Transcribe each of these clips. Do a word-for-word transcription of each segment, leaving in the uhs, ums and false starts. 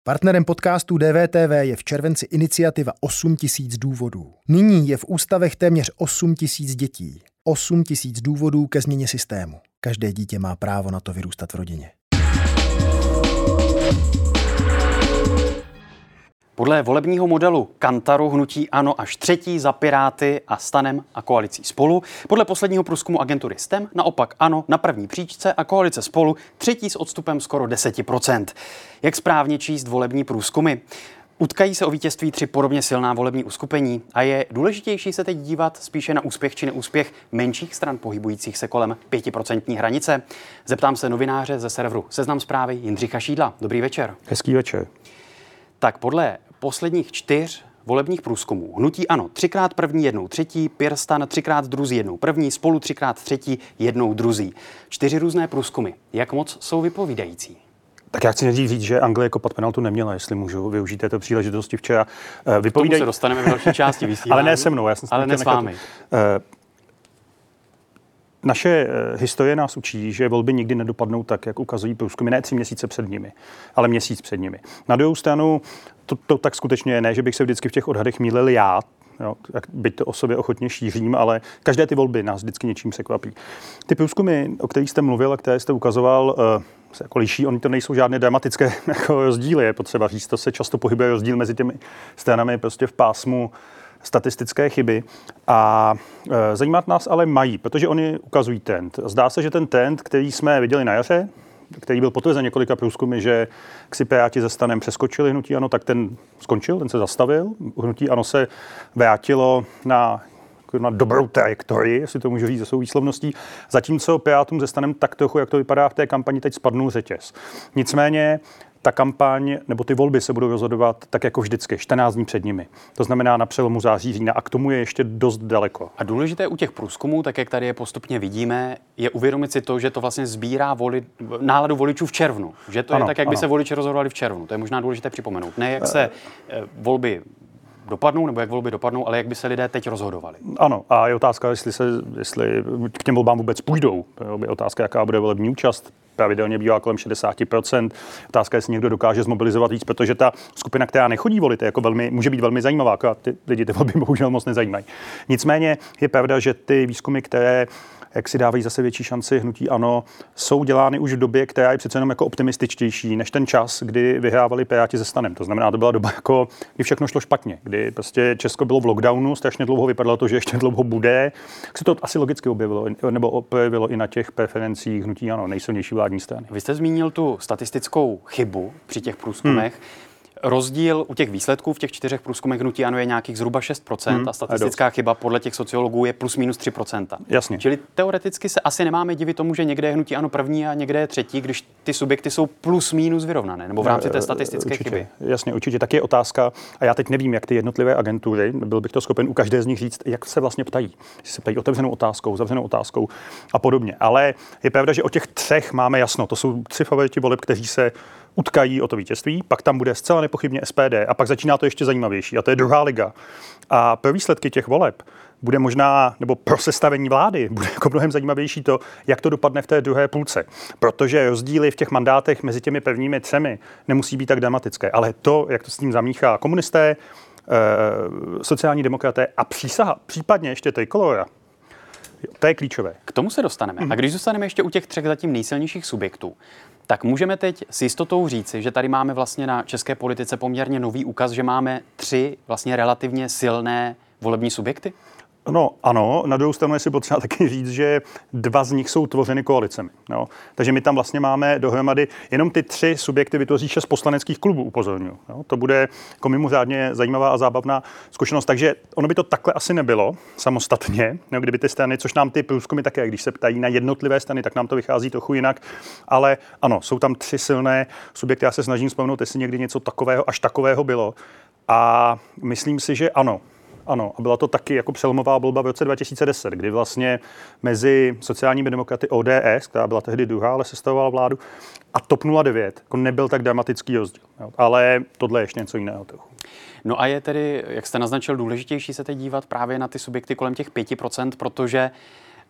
Partnerem podcastu D V T V je v červenci iniciativa osm tisíc důvodů. Nyní je v ústavech téměř osm tisíc dětí. osm tisíc důvodů ke změně systému. Každé dítě má právo na to vyrůstat v rodině. Podle volebního modelu Kantaru hnutí ANO až třetí za Piráty a STANem a koalicí Spolu. Podle posledního průzkumu agentury STEM naopak ANO na první příčce a koalice Spolu třetí s odstupem skoro deset procent. Jak správně číst volební průzkumy? Utkají se o vítězství tři podobně silná volební uskupení a je důležitější se teď dívat spíše na úspěch či neúspěch menších stran pohybujících se kolem pětiprocentní hranice? Zeptám se novináře ze serveru Seznam Zprávy Jindřicha Šídla. Dobrý večer. Hezký večer. Tak podle posledních čtyř volebních průzkumů hnutí ANO třikrát první, jednou třetí, PirSTAN třikrát druzí, jednou první, Spolu třikrát třetí, jednou druzí. Čtyři různé průzkumy. Jak moc jsou vypovídající? Tak já chci nejdřív říct, že Anglie kopat penaltu neměla, jestli můžu využít této příležitosti včera. Vypovídaj... K tomu se dostaneme v další části vysílání. Ale ne se mnou, já jsem Ale ne s vámi. Naše historie nás učí, že volby nikdy nedopadnou tak, jak ukazují průzkumy, ne tři měsíce před nimi, ale měsíc před nimi. Na druhou stranu to, to tak skutečně je, ne, že bych se vždycky v těch odhadech mýlil já, jo, byť to o sobě ochotně šířím, ale každé ty volby nás vždycky něčím překvapí. Ty průzkumy, o kterých jste mluvil a které jste ukazoval, se jako liší, oni to nejsou žádné dramatické jako rozdíly, je potřeba říct, to se často pohybuje rozdíl mezi těmi stranami prostě v pásmu statistické chyby a e, zajímat nás ale mají, protože oni ukazují trend. Zdá se, že ten trend, který jsme viděli na jaře, který byl potvrzen několika průzkumy, že si Piráti se STANem přeskočili hnutí ANO, tak ten skončil, ten se zastavil. Hnutí ANO se vrátilo na na dobrou trajektorii, jestli to můžu říct ze svou výslovností, zatímco Pirátům se STANem tak trochu, jak to vypadá v té kampani, teď spadnul řetěz. Nicméně ta kampaň nebo ty volby se budou rozhodovat tak jako vždycky, čtrnáct dní před nimi. To znamená na přelomu září, října a k tomu je ještě dost daleko. A důležité u těch průzkumů, tak jak tady je postupně vidíme, je uvědomit si to, že to vlastně sbírá voli, náladu voličů v červnu. Že to ano, je tak, jak ano. by se voliči rozhodovali v červnu. To je možná důležité připomenout. Ne jak se e, volby dopadnou, nebo jak volby dopadnou, ale jak by se lidé teď rozhodovali. Ano, a je otázka, jestli, se, jestli k těm volbám vůbec půjdou. Je otázka, jaká bude volební účast. Pravidelně bývá kolem šedesát procent. Otázka je, jestli někdo dokáže zmobilizovat víc, protože ta skupina, která nechodí volit, je jako velmi, může být velmi zajímavá, a ty lidi ty volby bohužel moc nezajímají. Nicméně je pravda, že ty výzkumy, které jak si dávají zase větší šanci hnutí ANO, jsou dělány už v době, která je přece jenom jako optimističtější než ten čas, kdy vyhrávali Piráti se STANem. To znamená, to byla doba, jako, kdy všechno šlo špatně, kdy prostě Česko bylo v lockdownu, strašně dlouho vypadalo to, že ještě dlouho bude. Tak se to asi logicky objevilo, nebo objevilo i na těch preferencích hnutí ANO, nejsilnější vládní strany. Vy jste zmínil tu statistickou chybu při těch průzkumech. Hmm. Rozdíl u těch výsledků v těch čtyřech průzkumech hnutí ANO je nějakých zhruba šest procent hmm, a statistická chyba podle těch sociologů je plus minus tři procenta. Jasně. Čili teoreticky se asi nemáme divit tomu, že někde je hnutí ANO první a někde je třetí, když ty subjekty jsou plus minus vyrovnané, nebo v rámci té statistické určitě, chyby. Jasně, určitě. Tak je otázka, a já teď nevím, jak ty jednotlivé agentury, byl bych to schopen u každé z nich říct, jak se vlastně ptají. Jestli se ptají otevřenou otázkou, zavřenou otázkou a podobně. Ale je pravda, že o těch třech máme jasno. To jsou tři favoriti voleb, kteří se utkají o to vítězství, pak tam bude zcela nepochybně S P D a pak začíná to ještě zajímavější a to je druhá liga. A pro výsledky těch voleb bude možná, nebo pro sestavení vlády, bude jako mnohem zajímavější to, jak to dopadne v té druhé půlce. Protože rozdíly v těch mandátech mezi těmi prvními třemi nemusí být tak dramatické. Ale to, jak to s tím zamíchá komunisté, e, sociální demokraté a přísaha, případně ještě Trikolora, to je klíčové. K tomu se dostaneme. Mm. A když zůstaneme ještě u těch třech zatím nejsilnějších subjektů, tak můžeme teď s jistotou říci, že tady máme vlastně na české politice poměrně nový úkaz, že máme tři vlastně relativně silné volební subjekty? No ano, na druhou stranu je si potřeba taky říct, že dva z nich jsou tvořeny koalicemi. No. Takže my tam vlastně máme dohromady, jenom ty tři subjekty vytvoří šest poslaneckých klubů, upozorňuji. No. To bude jako mimořádně zajímavá a zábavná zkušenost. Takže ono by to takhle asi nebylo samostatně, no, kdyby ty strany, což nám ty průzkumy také, když se ptají na jednotlivé strany, tak nám to vychází trochu jinak. Ale ano, jsou tam tři silné subjekty. Já se snažím vzpomenout, jestli někdy něco takového, až takového bylo. A myslím si, že ano. Ano, a byla to taky jako přelomová volba v roce dva tisíce deset, kdy vlastně mezi sociálními demokraty O D S, která byla tehdy druhá, ale sestavovala vládu, a T O P nula devět, jako nebyl tak dramatický rozdíl. Jo. Ale tohle je ještě něco jiného trochu. No a je tedy, jak jste naznačil, důležitější se teď dívat právě na ty subjekty kolem těch pěti procent, protože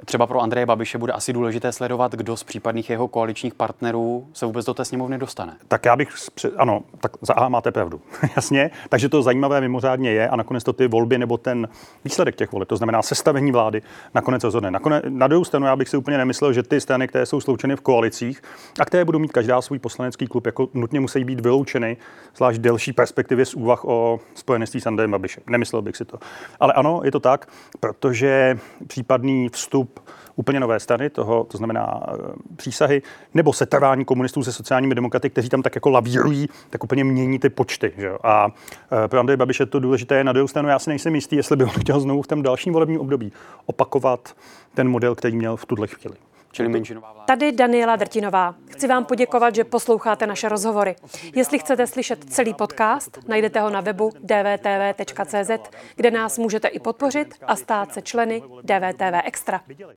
Třeba pro Andreje Babiše bude asi důležité sledovat, kdo z případných jeho koaličních partnerů se vůbec do té sněmovny dostane. Tak já bych, ano, tak za A máte pravdu, jasně. Takže to zajímavé mimořádně je a nakonec to ty volby nebo ten výsledek těch voleb, to znamená sestavení vlády, nakonec rozhodne. Nakonec, na druhou stranu já bych si úplně nemyslel, že ty strany, které jsou sloučeny v koalicích a které budou mít každá svůj poslanecký klub, jako nutně musí být vyloučeny, zvlášť v delší perspektivě z úvah o spojenectví s Andrejem Babišem. Nemyslel bych si to. Ale ano, je to tak, protože případný vstup úplně nové strany, toho, to znamená e, přísahy, nebo setrvání komunistů se sociálními demokraty, kteří tam tak jako lavírují, tak úplně mění ty počty. Že jo? A e, pro Andreje Babiše to důležité je na druhou stranu, já si nejsem jistý, jestli by on chtěl znovu v tom dalším volebním období opakovat ten model, který měl v tuhle chvíli. Čili menšinová vláda. Tady Daniela Drtinová. Chci vám poděkovat, že posloucháte naše rozhovory. Jestli chcete slyšet celý podcast, najdete ho na webu d v t v tečka c z, kde nás můžete i podpořit a stát se členy D V T V Extra.